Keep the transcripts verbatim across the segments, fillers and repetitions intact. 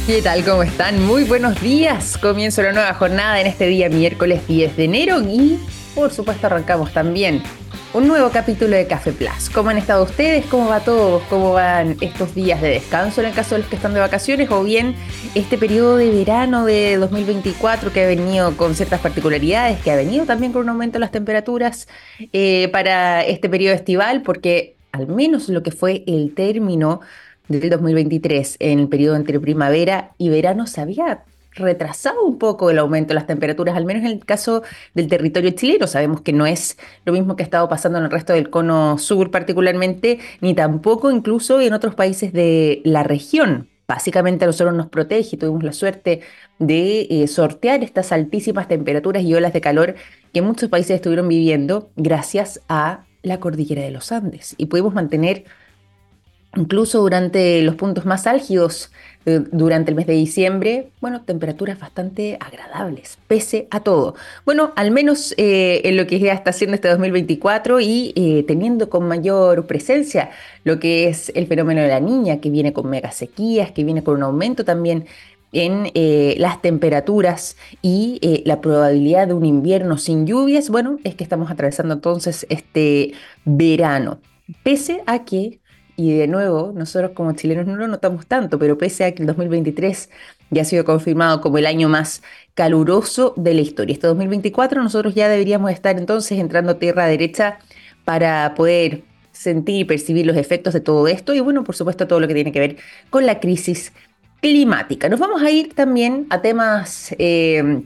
¿Qué tal? ¿Cómo están? Muy buenos días. Comienzo la nueva jornada en este día miércoles diez de enero y, por supuesto, arrancamos también un nuevo capítulo de Café Plus. ¿Cómo han estado ustedes? ¿Cómo va todo? ¿Cómo van estos días de descanso en el caso de los que están de vacaciones? O bien este periodo de verano de dos mil veinticuatro que ha venido con ciertas particularidades, que ha venido también con un aumento de las temperaturas eh, para este periodo estival, porque al menos lo que fue el término del dos mil veintitrés, en el periodo entre primavera y verano, se había retrasado un poco el aumento de las temperaturas, al menos en el caso del territorio chileno. Sabemos que no es lo mismo que ha estado pasando en el resto del cono sur particularmente, ni tampoco incluso en otros países de la región. Básicamente a nosotros nos protege y tuvimos la suerte de eh, sortear estas altísimas temperaturas y olas de calor que muchos países estuvieron viviendo gracias a la cordillera de los Andes. Y pudimos mantener incluso durante los puntos más álgidos, eh, durante el mes de diciembre, bueno, temperaturas bastante agradables, pese a todo. Bueno, al menos eh, en lo que ya está haciendo este dos mil veinticuatro y eh, teniendo con mayor presencia lo que es el fenómeno de la Niña, que viene con mega sequías, que viene con un aumento también en eh, las temperaturas y eh, la probabilidad de un invierno sin lluvias. Bueno, es que estamos atravesando entonces este verano, pese a que, y de nuevo, nosotros como chilenos no lo notamos tanto, pero pese a que el dos mil veintitrés ya ha sido confirmado como el año más caluroso de la historia, este dos mil veinticuatro nosotros ya deberíamos estar entonces entrando a tierra derecha para poder sentir y percibir los efectos de todo esto y, bueno, por supuesto, todo lo que tiene que ver con la crisis climática. Nos vamos a ir también a temas eh,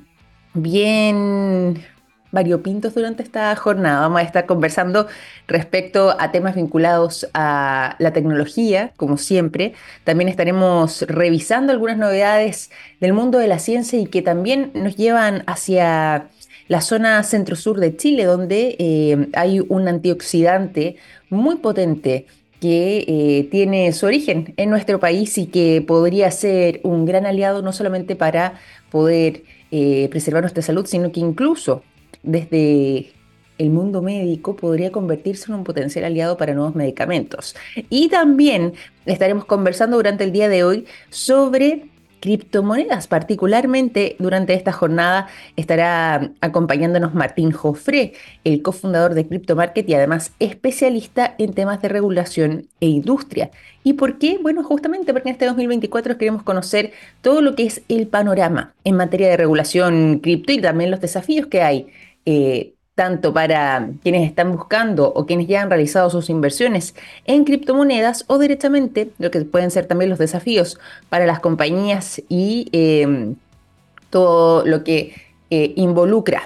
bien variopintos durante esta jornada. Vamos a estar conversando respecto a temas vinculados a la tecnología, como siempre. También estaremos revisando algunas novedades del mundo de la ciencia y que también nos llevan hacia la zona centro-sur de Chile, donde eh, hay un antioxidante muy potente que eh, tiene su origen en nuestro país y que podría ser un gran aliado no solamente para poder eh, preservar nuestra salud, sino que incluso desde el mundo médico podría convertirse en un potencial aliado para nuevos medicamentos. Y también estaremos conversando durante el día de hoy sobre criptomonedas. Particularmente durante esta jornada estará acompañándonos Martín Jofré, el cofundador de CryptoMarket y además especialista en temas de regulación e industria. ¿Y por qué? Bueno, justamente porque en este dos mil veinticuatro queremos conocer todo lo que es el panorama en materia de regulación cripto y también los desafíos que hay, eh, tanto para quienes están buscando o quienes ya han realizado sus inversiones en criptomonedas o directamente lo que pueden ser también los desafíos para las compañías y eh, todo lo que eh, involucra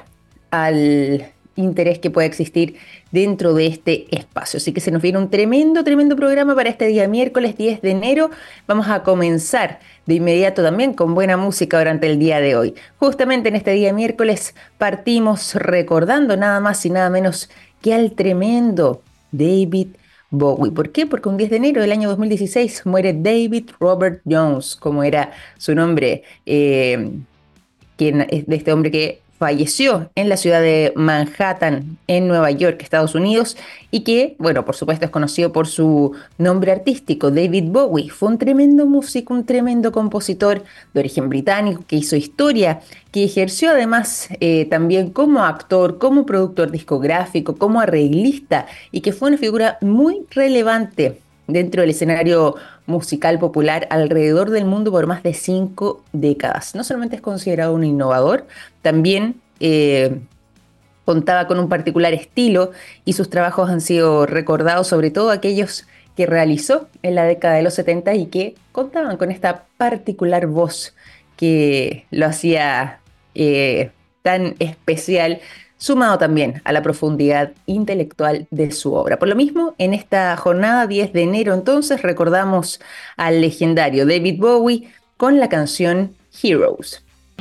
al interés que pueda existir dentro de este espacio. Así que se nos viene un tremendo, tremendo programa para este día miércoles diez de enero. Vamos a comenzar de inmediato también con buena música durante el día de hoy. Justamente en este día miércoles partimos recordando nada más y nada menos que al tremendo David Bowie. ¿Por qué? Porque un diez de enero del año dos mil dieciséis muere David Robert Jones, como era su nombre, eh, quien es de este hombre que falleció en la ciudad de Manhattan, en Nueva York, Estados Unidos, y que, bueno, por supuesto es conocido por su nombre artístico, David Bowie. Fue un tremendo músico, un tremendo compositor de origen británico que hizo historia, que ejerció además eh, también como actor, como productor discográfico, como arreglista, y que fue una figura muy relevante dentro del escenario musical popular alrededor del mundo por más de cinco décadas. No solamente es considerado un innovador, también eh, contaba con un particular estilo y sus trabajos han sido recordados, sobre todo aquellos que realizó en la década de los setenta y que contaban con esta particular voz que lo hacía eh, tan especial, sumado también a la profundidad intelectual de su obra. Por lo mismo, en esta jornada diez de enero entonces recordamos al legendario David Bowie con la canción Heroes.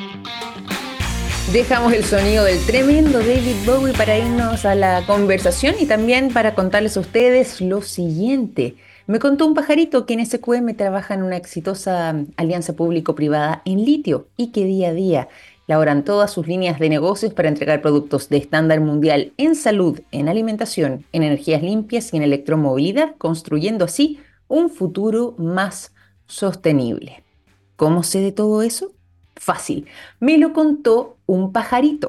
Dejamos el sonido del tremendo David Bowie para irnos a la conversación y también para contarles a ustedes lo siguiente. Me contó un pajarito que en S Q M trabaja en una exitosa alianza público-privada en litio y que día a día elaboran todas sus líneas de negocios para entregar productos de estándar mundial en salud, en alimentación, en energías limpias y en electromovilidad, construyendo así un futuro más sostenible. ¿Cómo sé de todo eso? Fácil, me lo contó un pajarito.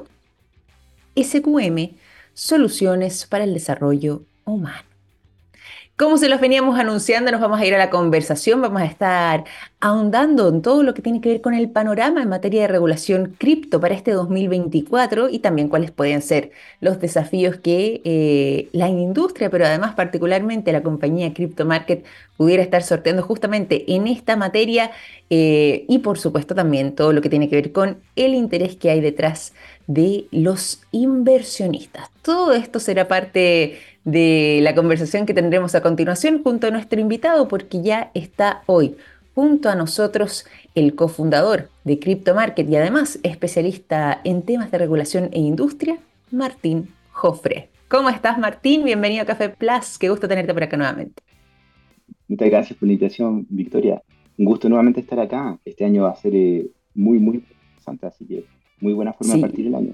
S Q M, Soluciones para el Desarrollo Humano. Como se los veníamos anunciando, nos vamos a ir a la conversación, vamos a estar ahondando en todo lo que tiene que ver con el panorama en materia de regulación cripto para este dos mil veinticuatro y también cuáles pueden ser los desafíos que eh, la industria, pero además particularmente la compañía Crypto Market pudiera estar sorteando justamente en esta materia eh, y por supuesto también todo lo que tiene que ver con el interés que hay detrás de los inversionistas. Todo esto será parte de la conversación que tendremos a continuación junto a nuestro invitado, porque ya está hoy junto a nosotros el cofundador de Crypto Market y además especialista en temas de regulación e industria, Martín Jofre. ¿Cómo estás, Martín? Bienvenido a Café Plus. Qué gusto tenerte por acá nuevamente. Muchas gracias por la invitación, Victoria. Un gusto nuevamente estar acá. Este año va a ser eh, muy, muy interesante, así que muy buena forma de partir Sí, el año.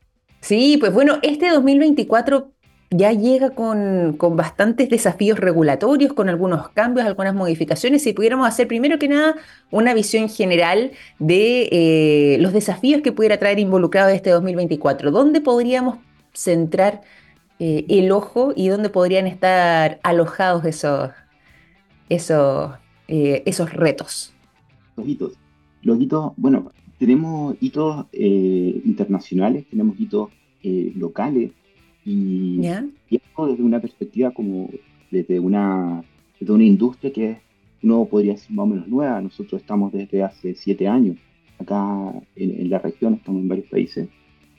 sí, pues bueno, este dos mil veinticuatro ya llega con, con bastantes desafíos regulatorios, con algunos cambios, algunas modificaciones. Si pudiéramos hacer primero que nada una visión general de eh, los desafíos que pudiera traer involucrado este dos mil veinticuatro, ¿dónde podríamos centrar eh, el ojo y dónde podrían estar alojados esos, esos, eh, esos retos? Los hitos. Los hitos, bueno, tenemos hitos eh, internacionales, tenemos hitos eh, locales y, ¿Ya? y esto desde una perspectiva como desde una, desde una industria que es, uno podría decir más o menos nueva. Nosotros estamos desde hace siete años acá en, en la región, estamos en varios países.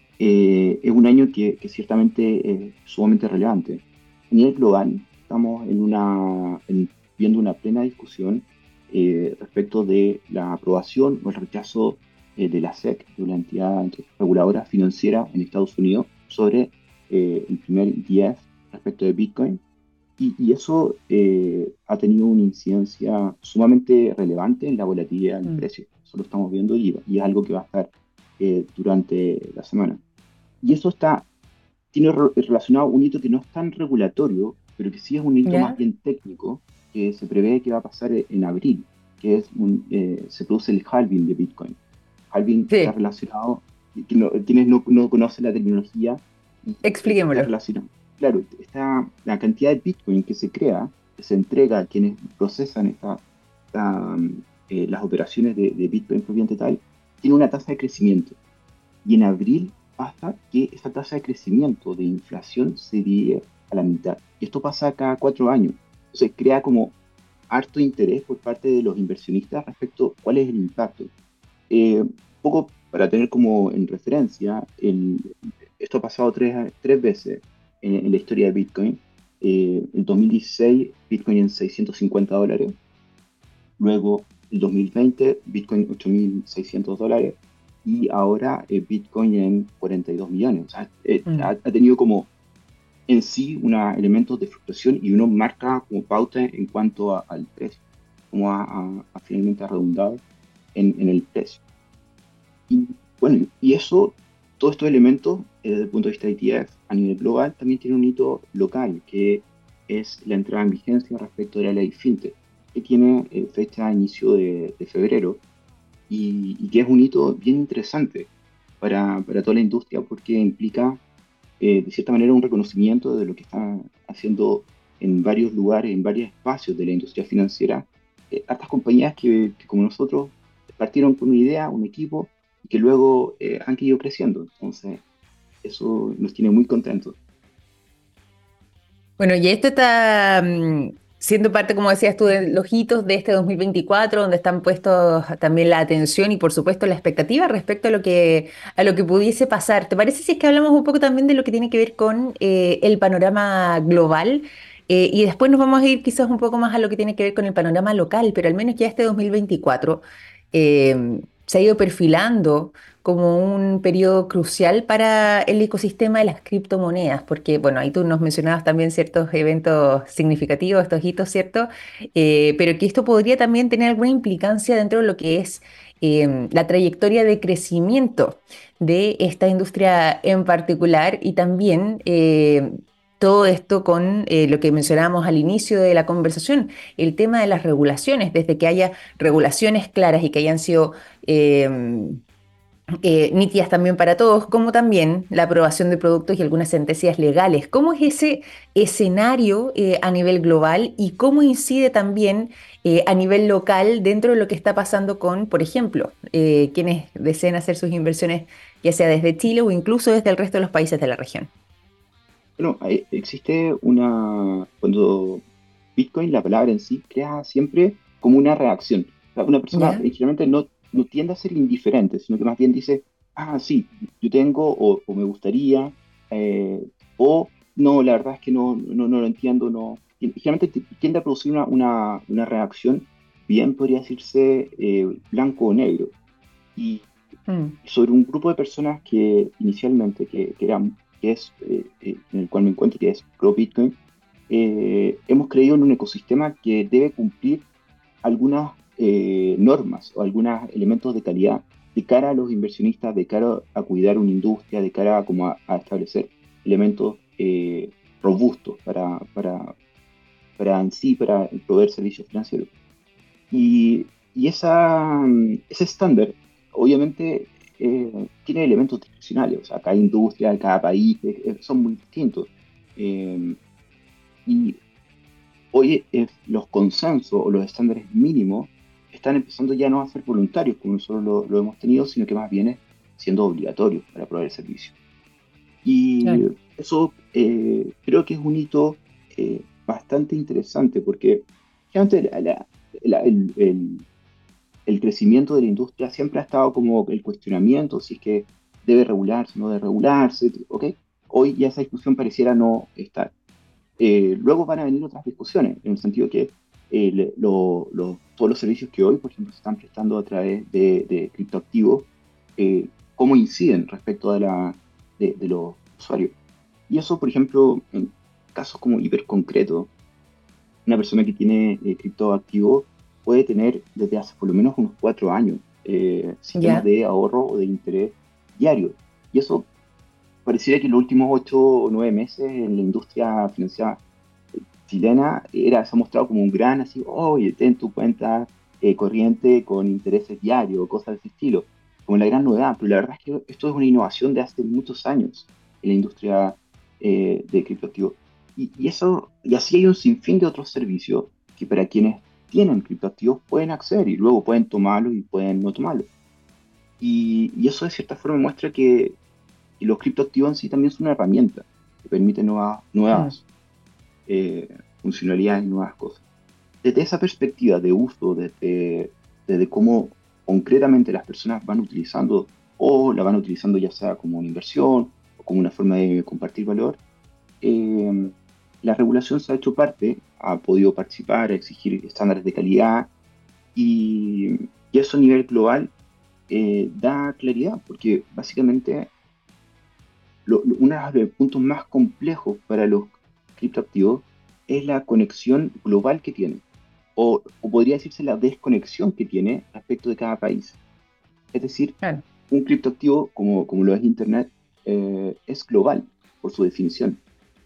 Eh, es un año que, que ciertamente es sumamente relevante. A nivel global, estamos en una, en- viendo una plena discusión eh, respecto de la aprobación o el rechazo eh, de la S E C, de la entidad reguladora financiera en Estados Unidos, sobre eh, el primer E T F respecto de Bitcoin. Y, y eso eh, ha tenido una incidencia sumamente relevante en la volatilidad del Mm. precio. Eso lo estamos viendo y, y es algo que va a estar eh, durante la semana. Y eso está, tiene re- relacionado un hito que no es tan regulatorio, pero que sí es un hito más ¿Ya? bien técnico, que se prevé que va a pasar e- en abril, que es un, eh, se produce el halving de Bitcoin. Halving está Sí, relacionado, y que no, quienes no, no conocen la terminología, y está expliquémoslo. relacionado. Claro, está la cantidad de Bitcoin que se crea, que se entrega a quienes procesan esta, esta, mm, eh, las operaciones de, de Bitcoin propiamente tal, tiene una tasa de crecimiento. Y en abril pasa que esa tasa de crecimiento de inflación se divide a la mitad. Y esto pasa cada cuatro años. Entonces crea como harto interés por parte de los inversionistas respecto a cuál es el impacto. Eh, un poco para tener como en referencia, el- esto ha pasado tres, tres veces en, en la historia de Bitcoin. Eh, en dos mil dieciséis, Bitcoin en seiscientos cincuenta dólares. Luego, el dos mil veinte, Bitcoin ocho mil seiscientos dólares. Y ahora eh, Bitcoin en cuarenta y dos millones. O sea, eh, ha, Mm. ha tenido como en sí una elementos de fluctuación y uno marca como pauta en cuanto a- al precio, como ha, ha- ha finalmente redundado en, en el precio. Y bueno, y eso, todos estos elementos, eh, desde el punto de vista de E T F a nivel global, también tiene un hito local, que es la entrada en vigencia respecto de la ley FinTech, que tiene eh, fecha de inicio de, de febrero y, y que es un hito bien interesante para, para toda la industria porque implica, eh, de cierta manera, un reconocimiento de lo que están haciendo en varios lugares, en varios espacios de la industria financiera, eh, hartas compañías que, que como nosotros partieron con una idea, un equipo, y que luego eh, han ido creciendo. Entonces, eso nos tiene muy contentos. Bueno, y esto está mm, siendo parte, como decías tú, de los hitos de este dos mil veinticuatro, donde están puestos también la atención y, por supuesto, la expectativa respecto a lo que, a lo que pudiese pasar. ¿Te parece si es que hablamos un poco también de lo que tiene que ver con eh, el panorama global? Eh, y después nos vamos a ir quizás un poco más a lo que tiene que ver con el panorama local, pero al menos ya este dos mil veinticuatro eh, se ha ido perfilando como un periodo crucial para el ecosistema de las criptomonedas, porque, bueno, ahí tú nos mencionabas también ciertos eventos significativos, estos hitos, ¿cierto? Eh, pero que esto podría también tener alguna implicancia dentro de lo que es eh, la trayectoria de crecimiento de esta industria en particular y también... eh, todo esto con eh, lo que mencionábamos al inicio de la conversación, el tema de las regulaciones, desde que haya regulaciones claras y que hayan sido eh, eh, nítidas también para todos, como también la aprobación de productos y algunas sentencias legales. ¿Cómo es ese escenario eh, a nivel global y cómo incide también eh, a nivel local dentro de lo que está pasando con, por ejemplo, eh, quienes deseen hacer sus inversiones, ya sea desde Chile o incluso desde el resto de los países de la región? Bueno, hay- existe una, cuando Bitcoin, la palabra en sí, crea siempre como una reacción. O sea, una persona ¿Ya? eh, generalmente no, no tiende a ser indiferente, sino que más bien dice, ah, sí, yo tengo o, o me gustaría, eh, o no, la verdad es que no, no, no lo entiendo, no. Y generalmente ti- tiende a producir una, una, una reacción, bien podría decirse eh, blanco o negro. Y Mm, sobre un grupo de personas que inicialmente, que, que, eran, que es, eh, eh, en el cual me encuentro, que es pro Bitcoin, eh, hemos creído en un ecosistema que debe cumplir algunas eh, normas o algunos elementos de calidad de cara a los inversionistas, de cara a cuidar una industria, de cara a, como a, a establecer elementos eh, robustos para, para, para en sí, para proveer servicios financieros. Y, y esa, mm, ese estándar, obviamente, eh, tiene elementos discrecionales. O sea, cada industria, cada país, eh, eh, son muy distintos. Eh, y hoy eh, los consensos o los estándares mínimos están empezando ya no a ser voluntarios, como nosotros lo, lo hemos tenido, sino que más bien es siendo obligatorios para proveer el servicio. Y claro. eso eh, creo que es un hito eh, bastante interesante porque realmente la- la- la- el, el- el crecimiento de la industria siempre ha estado como el cuestionamiento si es que debe regularse, no debe regularse, ¿ok? Hoy ya esa discusión pareciera no estar. Eh, luego van a venir otras discusiones, en el sentido que eh, le- lo- lo- todos los servicios que hoy, por ejemplo, se están prestando a través de, de criptoactivos, eh, cómo inciden respecto de, la, de, de los usuarios. Y eso, por ejemplo, en casos como hiper concretos, una persona que tiene eh, criptoactivos puede tener desde hace por lo menos unos cuatro años eh, sistemas ¿Ya? de ahorro o de interés diario. Y eso pareciera que en los últimos ocho o nueve meses en la industria financiera chilena era, se ha mostrado como un gran así, oye, ten tu cuenta eh, corriente con intereses diarios, cosas de ese estilo, como la gran novedad. Pero la verdad es que esto es una innovación de hace muchos años en la industria eh, de criptoactivos. Y, y eso, y así hay un sinfín de otros servicios que para quienes tienen criptoactivos pueden acceder y luego pueden tomarlos y pueden no tomarlos. Y, y eso de cierta forma muestra que, que los criptoactivos en sí también son una herramienta que permite nuevas, Mm, nuevas eh, funcionalidades y nuevas cosas. Desde esa perspectiva de uso, desde, desde cómo concretamente las personas van utilizando o la van utilizando ya sea como una inversión o como una forma de compartir valor, eh, la regulación se ha hecho parte, ha podido participar, exigir estándares de calidad y, y eso a nivel global eh, da claridad, porque básicamente lo- lo- uno de los puntos más complejos para los criptoactivos es la conexión global que tiene, o, o podría decirse la desconexión que tiene respecto de cada país. Es decir, claro. un criptoactivo, como, como lo es Internet, eh, es global por su definición.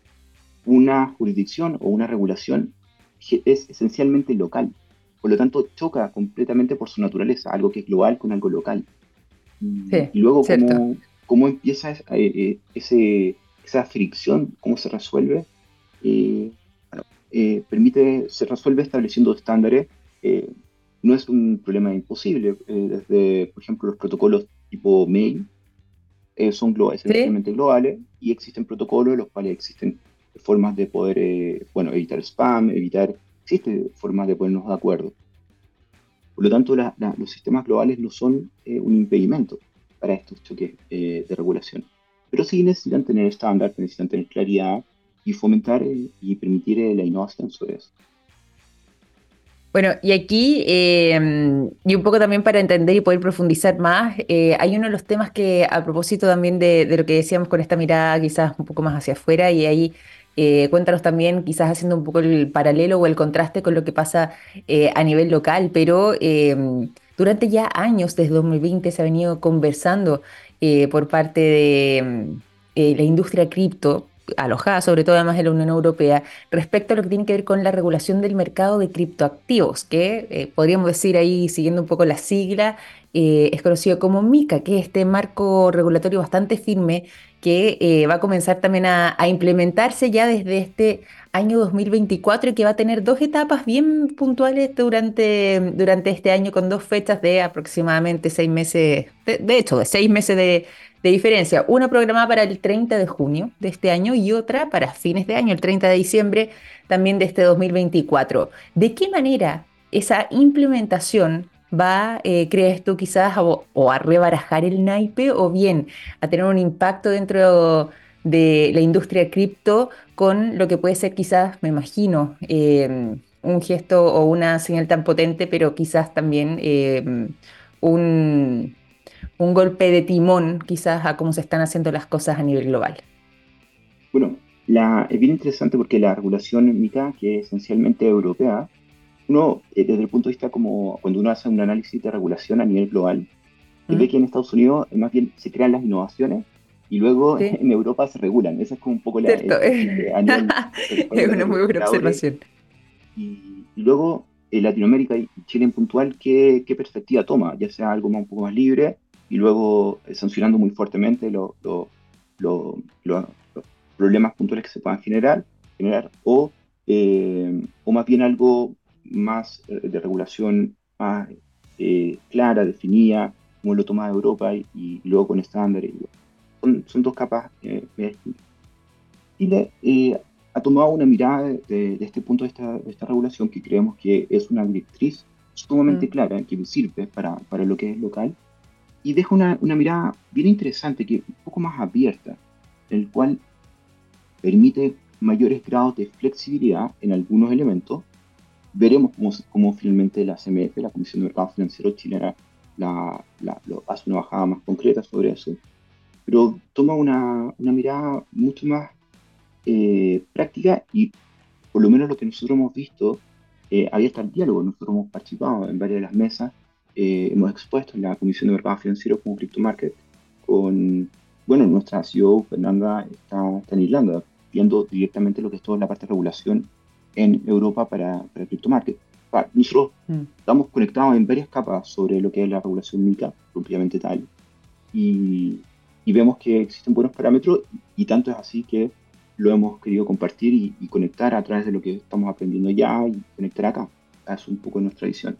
Una jurisdicción o una regulación ge- es esencialmente local. Por lo tanto, choca completamente por su naturaleza, algo que es global con algo local. Y, Sí, y luego cierto. cómo, cómo empieza es- eh, eh, ese, esa fricción, cómo se resuelve, eh, bueno, eh, permite, se resuelve estableciendo estándares. eh, no es un problema imposible. eh, desde, por ejemplo, los protocolos tipo mail eh, son glo- Sí. esencialmente globales y existen protocolos en los cuales existen formas de poder, eh, bueno, evitar spam, evitar, existen formas de ponernos de acuerdo. Por lo tanto, la- la- los sistemas globales no son eh, un impedimento para estos choques eh, de regulación. Pero sí necesitan tener estándar, necesitan tener claridad y fomentar eh, y permitir eh, la innovación sobre eso. Bueno, y aquí, eh, y un poco también para entender y poder profundizar más, eh, hay uno de los temas que a propósito también de, de lo que decíamos con esta mirada quizás un poco más hacia afuera, y ahí eh, cuéntanos también quizás haciendo un poco el paralelo o el contraste con lo que pasa eh, a nivel local, pero eh, durante ya años, desde dos mil veinte, se ha venido conversando eh, por parte de mm, eh, la industria cripto. alojada sobre todo además en la Unión Europea, respecto a lo que tiene que ver con la regulación del mercado de criptoactivos, que eh, podríamos decir ahí, siguiendo un poco la sigla, eh, es conocido como MiCA, que es este marco regulatorio bastante firme que eh, va a comenzar también a, a implementarse ya desde este año dos mil veinticuatro y que va a tener dos etapas bien puntuales durante, durante este año con dos fechas de aproximadamente seis meses, de, de hecho, de seis meses de, de diferencia. Una programada para el treinta de junio de este año y otra para fines de año, el treinta de diciembre también de este dos mil veinticuatro. ¿De qué manera esa implementación va, eh, crees tú, quizás a, o a rebarajar el naipe o bien a tener un impacto dentro de la industria cripto con lo que puede ser quizás, me imagino, eh, un gesto o una señal tan potente, pero quizás también eh, un, un golpe de timón quizás a cómo se están haciendo las cosas a nivel global? Bueno, la, es bien interesante porque la regulación MiCA, que es esencialmente europea, uno, eh, desde el punto de vista como cuando uno hace un análisis de regulación a nivel global, se ve ¿Mm? que en Estados Unidos eh, más bien se crean las innovaciones y luego ¿Sí? en Europa se regulan. Esa es como un poco la, Cierto. el, eh, a nivel de, Es de una muy buena reguladores. observación. Y, y luego en Latinoamérica y Chile en puntual, ¿qué, qué perspectiva toma? Ya sea algo más, un poco más libre y luego eh, sancionando muy fuertemente lo- lo- lo- lo- los problemas puntuales que se puedan generar, generar o, eh, o más bien algo más eh, de regulación más eh, clara, definida, como lo toma Europa y, y luego con estándares. Y bueno, son, son dos capas eh, medias distintas. Chile eh, ha tomado una mirada de, de- de este punto de esta, de esta regulación que creemos que es una directriz sumamente Mm, clara que sirve para, para lo que es local y deja una, una mirada bien interesante, que un poco más abierta, en el cual permite mayores grados de flexibilidad en algunos elementos. Veremos cómo, se- cómo finalmente la C M F, la Comisión de Mercado Financiero chilena, la, la- lo- hace una bajada más concreta sobre eso, pero toma una, una mirada mucho más eh, práctica y por lo menos lo que nosotros hemos visto, eh, abierta al diálogo. Nosotros hemos participado en varias de las mesas, eh, hemos expuesto en la Comisión de Mercados Financieros como Crypto Market con, bueno, nuestra C E O, Fernanda, está, está en Irlanda, viendo directamente lo que es toda la parte de regulación en Europa para, para Crypto Market. Pa- Nosotros mm. estamos conectados en varias capas sobre lo que es la regulación MiCA, propiamente tal, y, y vemos que existen buenos parámetros y tanto es así que lo hemos querido compartir y, y conectar a través de lo que estamos aprendiendo ya y conectar acá. Es un poco nuestra visión.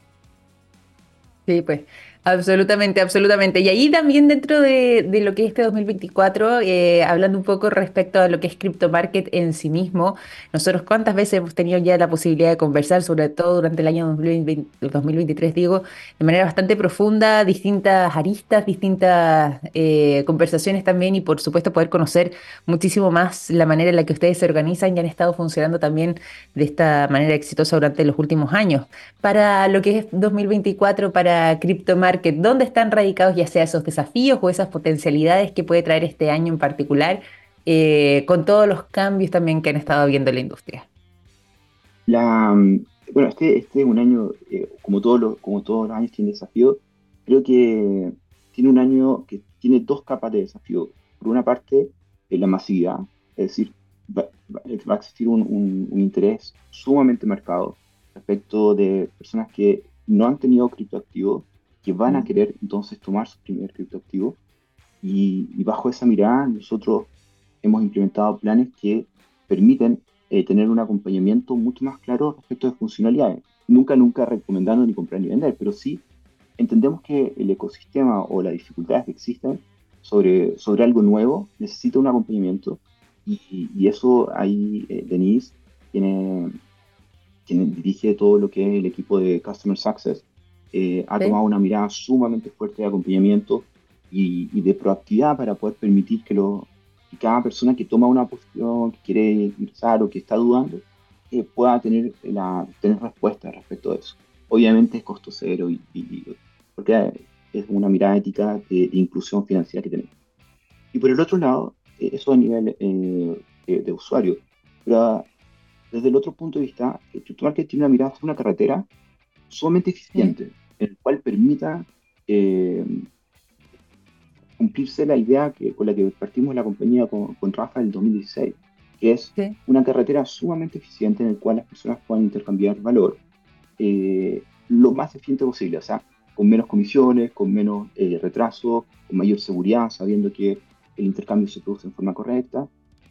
Sí, pues, absolutamente, absolutamente. Y ahí también dentro de, de lo que es este dos mil veinticuatro, eh, hablando un poco respecto a lo que es Crypto Market en sí mismo, nosotros cuántas veces hemos tenido ya la posibilidad de conversar, sobre todo durante el año dos mil veinte, dos mil veintitrés, digo, de manera bastante profunda, distintas aristas, distintas eh, conversaciones también y por supuesto poder conocer muchísimo más la manera en la que ustedes se organizan y han estado funcionando también de esta manera exitosa durante los últimos años para lo que es dos mil veinticuatro para Crypto Market? ¿Dónde están radicados ya sea esos desafíos o esas potencialidades que puede traer este año en particular, eh, con todos los cambios también que han estado viendo en la industria? La, mm, bueno, este, este es un año, eh, como todos los, como todos los años tiene desafío, creo que tiene un año que tiene dos capas de desafío. Por una parte, eh, la masividad, es decir, va, va- va a existir un, un- un interés sumamente marcado respecto de personas que no han tenido criptoactivos, que van a Mm. querer entonces tomar su primer criptoactivo. Y, y bajo esa mirada, nosotros hemos implementado planes que permiten eh, tener un acompañamiento mucho más claro respecto de funcionalidades. Nunca, nunca recomendando ni comprar ni vender, pero sí entendemos que el ecosistema o las dificultades que existen sobre, sobre algo nuevo necesita un acompañamiento y, y eso ahí eh, Denise tiene, quien dirige todo lo que es el equipo de Customer Success, eh, ha ¿Sí? tomado una mirada sumamente fuerte de acompañamiento y, y de proactividad para poder permitir que, lo, que cada persona que toma una posición, que quiere ingresar o que está dudando, eh, pueda tener, la, tener respuesta respecto a eso. Obviamente es costo cero y, y- porque es una mirada ética de, de inclusión financiera que tenemos. Y por el otro lado, eh, eso a nivel eh, de, de usuario. Pero desde el otro punto de vista, el Market tiene una mirada hacia una carretera sumamente ¿Sí? eficiente, en el cual permita eh, cumplirse la idea que, con la que partimos la compañía con, con Rafa en el dos mil dieciséis. que es Sí. una carretera sumamente eficiente en la cual las personas puedan intercambiar valor eh, lo más eficiente posible, o sea, con menos comisiones, con menos eh, retraso, con mayor seguridad, sabiendo que el intercambio se produce en forma correcta.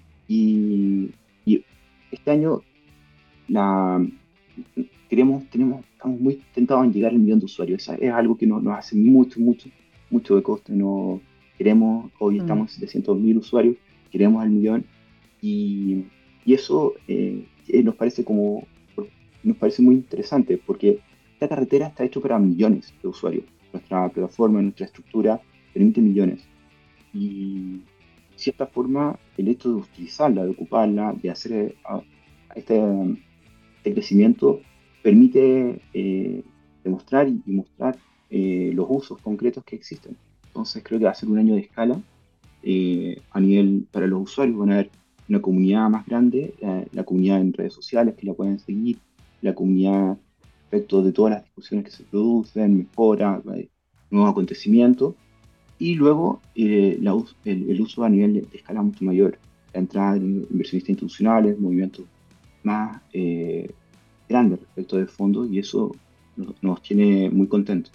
Y, y este año la, queremos, tenemos, estamos muy tentados en llegar al millón de usuarios. Esa es algo que nos, nos hace mucho, mucho, mucho de coste. No, queremos, hoy Mm. estamos en setecientos mil usuarios, queremos al millón. Y, y eso eh, eh, nos parece como, nos parece muy interesante porque esta carretera está hecha para millones de usuarios. Nuestra plataforma, nuestra estructura permite millones. Y de cierta forma, el hecho de utilizarla, de ocuparla, de hacer eh, a- a este, este crecimiento, permite eh, demostrar y, y mostrar eh, los usos concretos que existen. Entonces, creo que va a ser un año de escala eh, a nivel para los usuarios. Van a haber una comunidad más grande, eh, la comunidad en redes sociales que la pueden seguir, la comunidad respecto de todas las discusiones que se producen, mejora, eh, nuevos acontecimientos y luego eh, la us- el, el uso a nivel de, de escala mucho mayor, la entrada de inversionistas institucionales, movimientos más eh, grandes respecto de fondos, y eso nos, nos tiene muy contentos.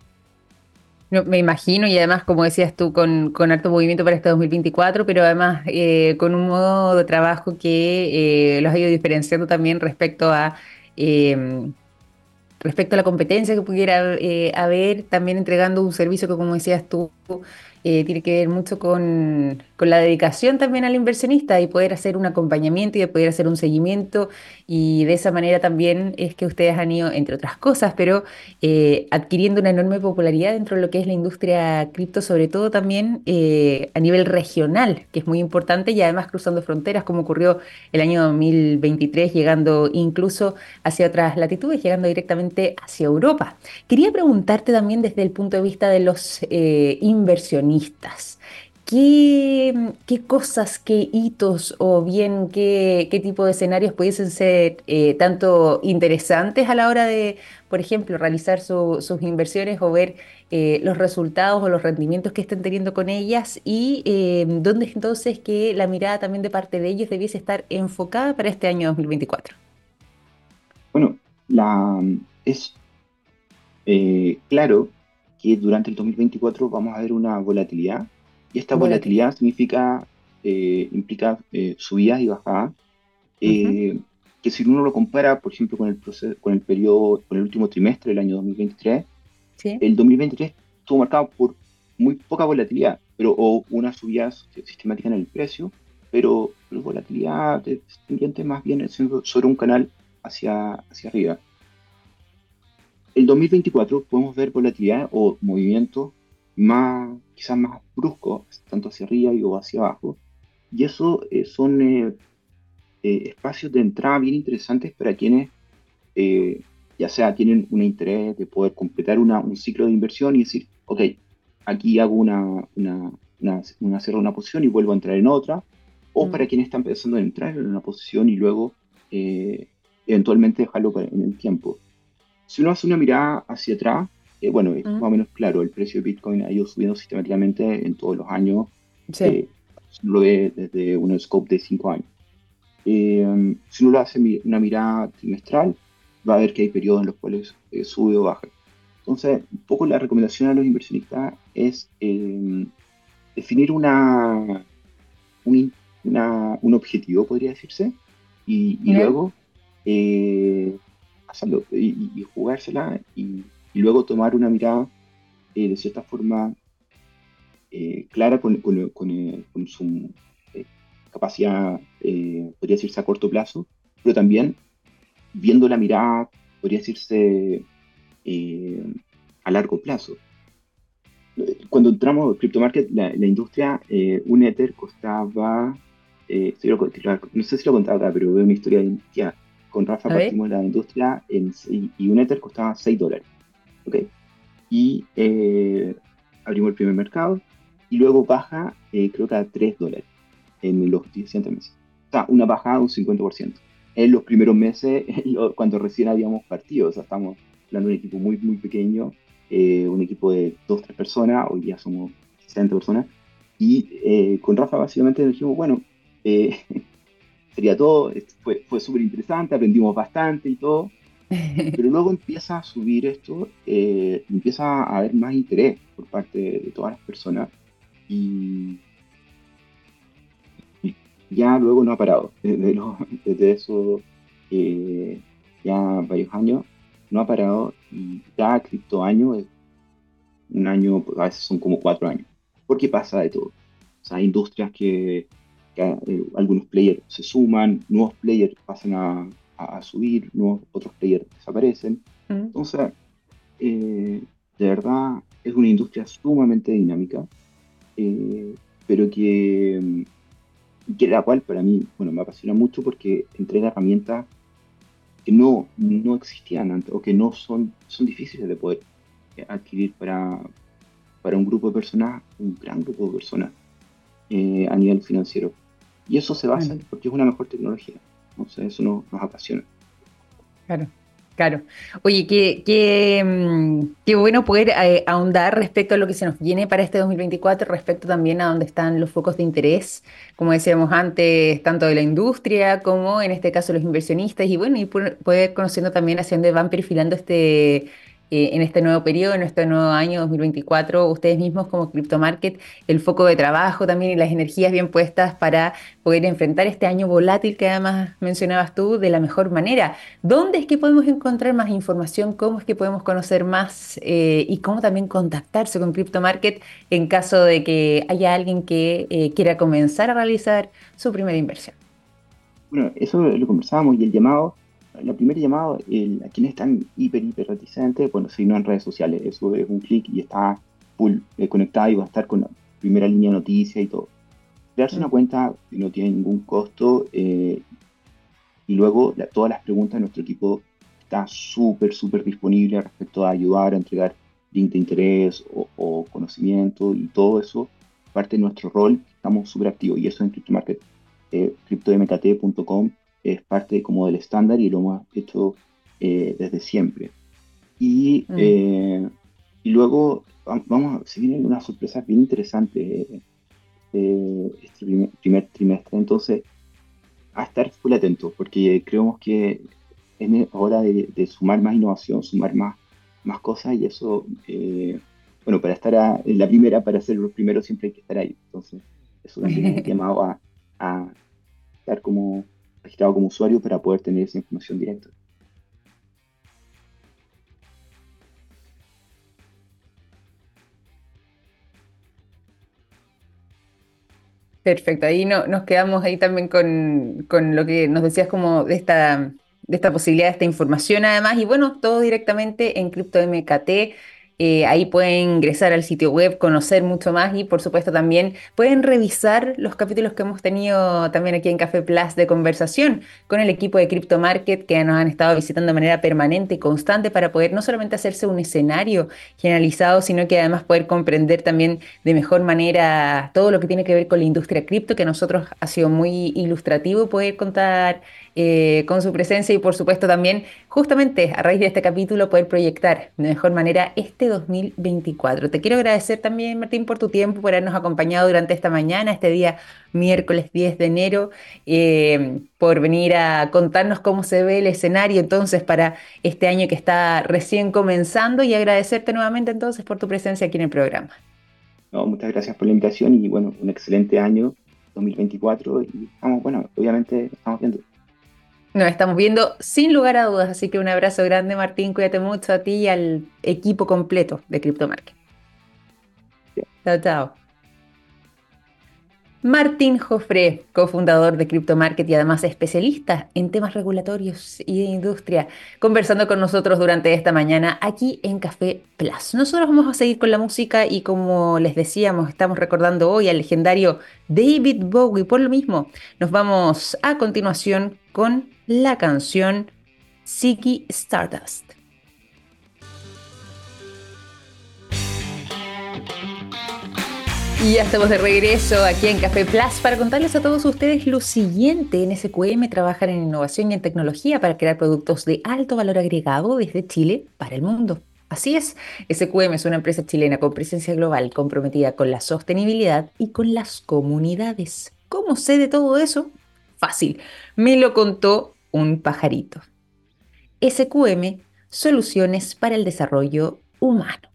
No, me imagino, y además, como decías tú, con, con harto movimiento para este dos mil veinticuatro, pero además eh, con un modo de trabajo que eh, los ha ido diferenciando también respecto a eh, respecto a la competencia que pudiera eh, haber, también entregando un servicio que, como decías tú, eh, tiene que ver mucho con, con la dedicación también al inversionista y poder hacer un acompañamiento y de poder hacer un seguimiento. Y de esa manera también es que ustedes han ido, entre otras cosas, pero eh, adquiriendo una enorme popularidad dentro de lo que es la industria cripto, sobre todo también eh, a nivel regional, que es muy importante, y además cruzando fronteras, como ocurrió el año dos mil veintitrés, llegando incluso hacia otras latitudes, llegando directamente hacia Europa. Quería preguntarte también desde el punto de vista de los eh, inversionistas. ¿Qué, qué cosas, qué hitos o bien qué, qué tipo de escenarios pudiesen ser eh, tanto interesantes a la hora de, por ejemplo, realizar su- sus inversiones o ver eh, los resultados o los rendimientos que estén teniendo con ellas y eh, dónde entonces que la mirada también de parte de ellos debiese estar enfocada para este año dos mil veinticuatro? Bueno, la, es eh, claro que durante el dos mil veinticuatro vamos a ver una volatilidad, y esta Volatilidad. volatilidad significa, eh, implica eh, subidas y bajadas Ujú. eh, que si uno lo compara, por ejemplo, con el proceso, con el periodo, con el último trimestre del año dos mil veintitrés, Sí. el dos mil veintitrés estuvo marcado por muy poca volatilidad, pero o una subida sistemática en el precio, pero, pero volatilidad de- tendiente más bien siendo sobre un canal hacia, hacia arriba. El dos mil veinticuatro podemos ver volatilidad o movimientos más, quizás más bruscos, tanto hacia arriba y o hacia abajo, y eso eh, son eh, eh, espacios de entrada bien interesantes para quienes eh, ya sea tienen un interés de poder completar una- un ciclo de inversión y decir, ok, aquí hago una, una, una, una cierro una posición y vuelvo a entrar en otra, o para Mm. quienes están pensando en entrar en una posición y luego eh, eventualmente dejarlo para- en el tiempo. Si uno hace una mirada hacia atrás, eh, bueno, es Mm. más o menos claro, el precio de Bitcoin ha ido subiendo sistemáticamente en todos los años, Sí. eh, si uno lo ve desde un scope de cinco años. Eh, si uno lo hace mi- una mirada trimestral, va a ver que hay periodos en los cuales eh, sube o baja. Entonces, un poco la recomendación a los inversionistas es eh, definir una, un, in- una- un objetivo, podría decirse, y, y ¿Ya? luego eh, hacerlo y, y jugársela y, y luego tomar una mirada eh, de cierta forma eh, clara con, con- con, eh, con su eh, capacidad, eh, podría decirse a corto plazo, pero también viendo la mirada, podría decirse eh, a largo plazo. Cuando entramos a Crypto Market, la, la industria, eh, un Ether costaba, eh, si lo- no sé si lo contaba acá, pero veo una historia de identidad. Con Rafa A ver. partimos la industria en, seis- y un Ether costaba seis dólares. ¿Ok? Y eh, abrimos el primer mercado y luego baja, eh, creo que a tres dólares en los siguientes meses. O sea, una bajada de un cincuenta por ciento. En los primeros meses, lo- cuando recién habíamos partido, o sea, estamos hablando de un equipo muy, muy pequeño, eh, un equipo de dos, tres personas, hoy día somos sesenta personas, y eh, con Rafa básicamente dijimos, bueno, eh, sería todo. Esto Fue, fue súper interesante, aprendimos bastante y todo, pero luego empieza a subir esto, eh, empieza a haber más interés por parte de todas las personas y, y ya luego no ha parado. Desde, lo- desde eso, eh, ya varios años, no ha parado y cada cripto año es un año, pues, a veces son como cuatro años, porque pasa de todo. O sea, hay industrias que, que, eh, algunos players se suman, nuevos players pasan a, a- a subir, nuevos, otros players desaparecen. Mm. Entonces, eh, de verdad es una industria sumamente dinámica, eh, pero que, mm, que la cual para mí, bueno, me apasiona mucho porque entrega herramientas que no, no existían antes o que no son, son difíciles de poder eh, adquirir para, para un grupo de personas, un gran grupo de personas eh, a nivel financiero. Y eso se basa Mm. porque es una mejor tecnología. Entonces, eso nos, nos apasiona. Claro, claro. Oye, qué, qué, mm, qué bueno poder eh, ahondar respecto a lo que se nos viene para este dos mil veinticuatro, respecto también a dónde están los focos de interés, como decíamos antes, tanto de la industria como en este caso los inversionistas, y bueno, y pu- poder conociendo también hacia dónde van perfilando este, eh, en este nuevo periodo, en este nuevo año dos mil veinticuatro, ustedes mismos como Crypto Market, el foco de trabajo también y las energías bien puestas para poder enfrentar este año volátil que además mencionabas tú de la mejor manera. ¿Dónde es que podemos encontrar más información? ¿Cómo es que podemos conocer más eh, y cómo también contactarse con Crypto Market en caso de que haya alguien que eh, quiera comenzar a realizar su primera inversión? Bueno, eso lo conversábamos y el llamado, la primera llamado, el, a quienes están hiper, hiper reticentes, bueno, si no en redes sociales, eso es un clic y está full eh, conectado y va a estar con la primera línea de noticias y todo. Crearse una Mm. cuenta no tiene ningún costo eh, y luego la- todas las preguntas de nuestro equipo está súper, súper disponible respecto a ayudar a entregar link de interés o, o conocimiento y todo eso, parte de nuestro rol, estamos súper activos y eso en CryptoMarket, eh, crypto m k t punto com es parte como del estándar y lo hemos hecho eh, desde siempre. Y, Mm. eh, y luego va- vamos a, se vienen unas sorpresas bien interesantes eh, eh, este primer, primer trimestre, entonces a estar full atento, porque creemos que es hora de, de sumar más innovación, sumar más, más cosas, y eso, eh, bueno, para estar a- en la primera, para ser los primeros, siempre hay que estar ahí. Entonces, eso también es llamado a, a estar como registrado como usuario para poder tener esa información directa. Perfecto, ahí no, nos quedamos ahí también con, con lo que nos decías como de esta, de esta posibilidad, de esta información además, y bueno, todo directamente en CryptoMKT. Eh, ahí pueden ingresar al sitio web, conocer mucho más y por supuesto también pueden revisar los capítulos que hemos tenido también aquí en Café Plus de conversación con el equipo de Crypto Market que nos han estado visitando de manera permanente y constante para poder no solamente hacerse un escenario generalizado, sino que además poder comprender también de mejor manera todo lo que tiene que ver con la industria cripto, que a nosotros ha sido muy ilustrativo poder contar eh, con su presencia y por supuesto también justamente a raíz de este capítulo poder proyectar de mejor manera este dos mil veinticuatro. Te quiero agradecer también, Martín, por tu tiempo, por habernos acompañado durante esta mañana, este día miércoles diez de enero, eh, por venir a contarnos cómo se ve el escenario entonces para este año que está recién comenzando y agradecerte nuevamente entonces por tu presencia aquí en el programa. No, muchas gracias por la invitación y bueno, un excelente año dos mil veinticuatro y estamos, bueno, obviamente estamos viendo. Nos estamos viendo sin lugar a dudas, así que un abrazo grande, Martín, cuídate mucho a ti y al equipo completo de CryptoMarket. Chao, chao. Martín Jofré, cofundador de CryptoMarket y además especialista en temas regulatorios y de industria, conversando con nosotros durante esta mañana aquí en Café Plus. Nosotros vamos a seguir con la música y como les decíamos, estamos recordando hoy al legendario David Bowie. Por lo mismo, nos vamos a continuación con la canción Ziggy Stardust. Y ya estamos de regreso aquí en Café Plus para contarles a todos ustedes lo siguiente. En S Q M trabajan en innovación y en tecnología para crear productos de alto valor agregado desde Chile para el mundo. Así es, S Q M es una empresa chilena con presencia global comprometida con la sostenibilidad y con las comunidades. ¿Cómo sé de todo eso? Fácil. Me lo contó un pajarito. S Q M, soluciones para el desarrollo humano.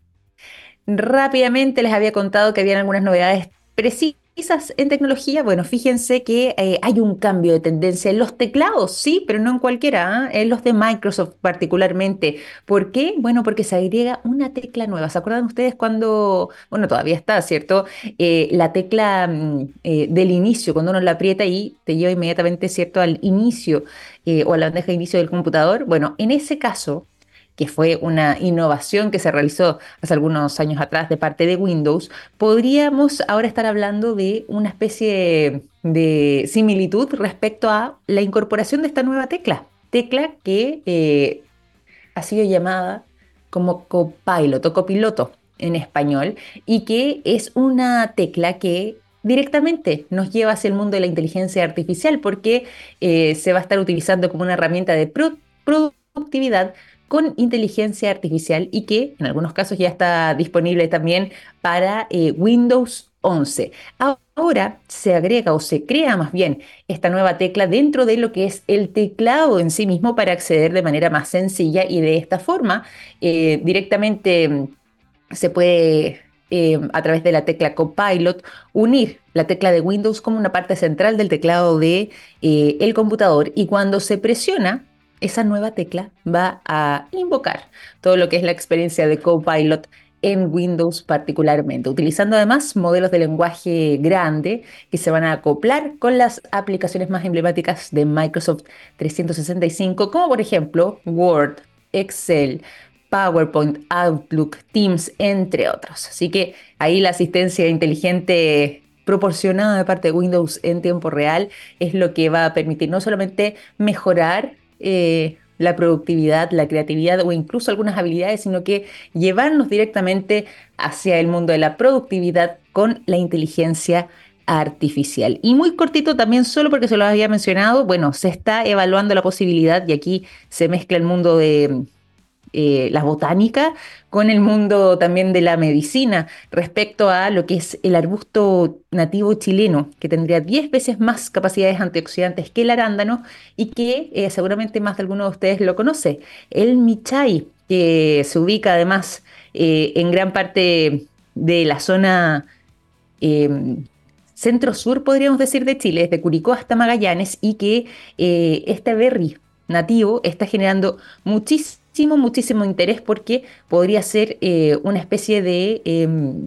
Rápidamente les había contado que habían algunas novedades precisas en tecnología. Bueno, fíjense que eh, hay un cambio de tendencia en los teclados, sí, pero no en cualquiera, ¿eh? En los de Microsoft particularmente. ¿Por qué? Bueno, porque se agrega una tecla nueva. ¿Se acuerdan ustedes cuando, bueno, todavía está, ¿cierto? Eh, la tecla mm, eh, del inicio, cuando uno la aprieta y te lleva inmediatamente, ¿cierto?, al inicio eh, o a la bandeja de inicio del computador. Bueno, en ese caso que fue una innovación que se realizó hace algunos años atrás de parte de Windows, podríamos ahora estar hablando de una especie de similitud respecto a la incorporación de esta nueva tecla, tecla que eh, ha sido llamada como copilot o copiloto en español y que es una tecla que directamente nos lleva hacia el mundo de la inteligencia artificial porque eh, se va a estar utilizando como una herramienta de pro productividad con inteligencia artificial y que en algunos casos ya está disponible también para eh, Windows once. Ahora se agrega o se crea más bien esta nueva tecla dentro de lo que es el teclado en sí mismo para acceder de manera más sencilla y de esta forma eh, directamente mm, se puede eh, a través de la tecla Copilot unir la tecla de Windows como una parte central del teclado de eh, el computador y cuando se presiona esa nueva tecla va a invocar todo lo que es la experiencia de Copilot en Windows particularmente, utilizando además modelos de lenguaje grande que se van a acoplar con las aplicaciones más emblemáticas de Microsoft trescientos sesenta y cinco, como por ejemplo Word, Excel, PowerPoint, Outlook, Teams, entre otros. Así que ahí la asistencia inteligente proporcionada de parte de Windows en tiempo real es lo que va a permitir no solamente mejorar eh, la productividad, la creatividad o incluso algunas habilidades, sino que llevarnos directamente hacia el mundo de la productividad con la inteligencia artificial. Y muy cortito también, solo porque se lo había mencionado, bueno, se está evaluando la posibilidad, y aquí se mezcla el mundo de eh, la botánica con el mundo también de la medicina respecto a lo que es el arbusto nativo chileno, que tendría diez veces más capacidades antioxidantes que el arándano y que eh, seguramente más de alguno de ustedes lo conoce, el michay, que se ubica además eh, en gran parte de la zona eh, centro-sur, podríamos decir, de Chile, desde Curicó hasta Magallanes, y que eh, este berry nativo está generando muchísimo, muchísimo interés porque podría ser eh, una especie de eh,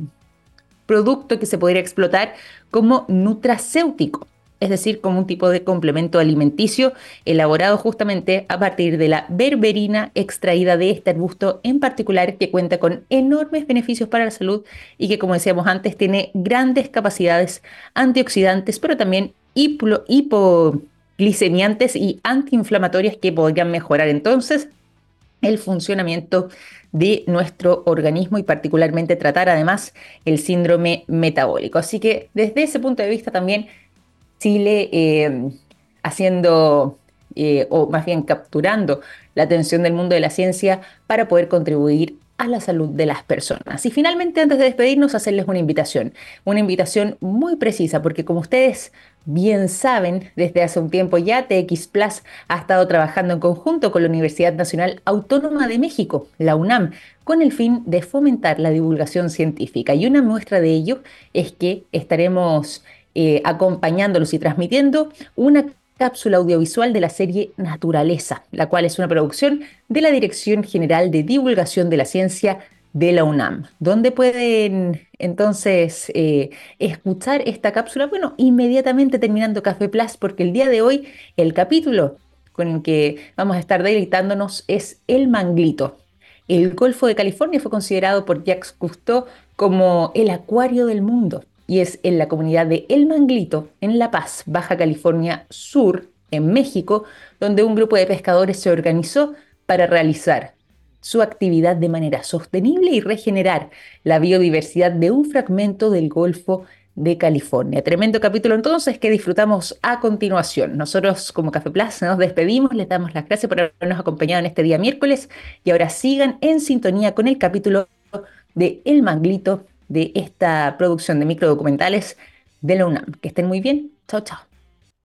producto que se podría explotar como nutracéutico, es decir, como un tipo de complemento alimenticio elaborado justamente a partir de la berberina extraída de este arbusto en particular, que cuenta con enormes beneficios para la salud y que, como decíamos antes, tiene grandes capacidades antioxidantes, pero también hipo, hipoglicemiantes y antiinflamatorias que podrían mejorar entonces el funcionamiento de nuestro organismo y particularmente tratar además el síndrome metabólico. Así que desde ese punto de vista también Chile eh, haciendo, eh, o más bien capturando la atención del mundo de la ciencia para poder contribuir a la salud de las personas. Y finalmente, antes de despedirnos, hacerles una invitación, una invitación muy precisa, porque como ustedes bien saben, desde hace un tiempo ya, T X Plus ha estado trabajando en conjunto con la Universidad Nacional Autónoma de México, la UNAM, con el fin de fomentar la divulgación científica. Y una muestra de ello es que estaremos eh, acompañándolos y transmitiendo una cápsula audiovisual de la serie Naturaleza, la cual es una producción de la Dirección General de Divulgación de la Ciencia de la UNAM, donde pueden entonces eh, escuchar esta cápsula, bueno, inmediatamente terminando Café Plus, porque el día de hoy el capítulo con el que vamos a estar deleitándonos es El Manglito. El Golfo de California fue considerado por Jacques Cousteau como el acuario del mundo y es en la comunidad de El Manglito, en La Paz, Baja California Sur, en México, donde un grupo de pescadores se organizó para realizar su actividad de manera sostenible y regenerar la biodiversidad de un fragmento del Golfo de California. Tremendo capítulo entonces que disfrutamos a continuación. Nosotros como Café Plus nos despedimos, les damos las gracias por habernos acompañado en este día miércoles y ahora sigan en sintonía con el capítulo de El Manglito, de esta producción de microdocumentales de la UNAM. Que estén muy bien. Chao, chao.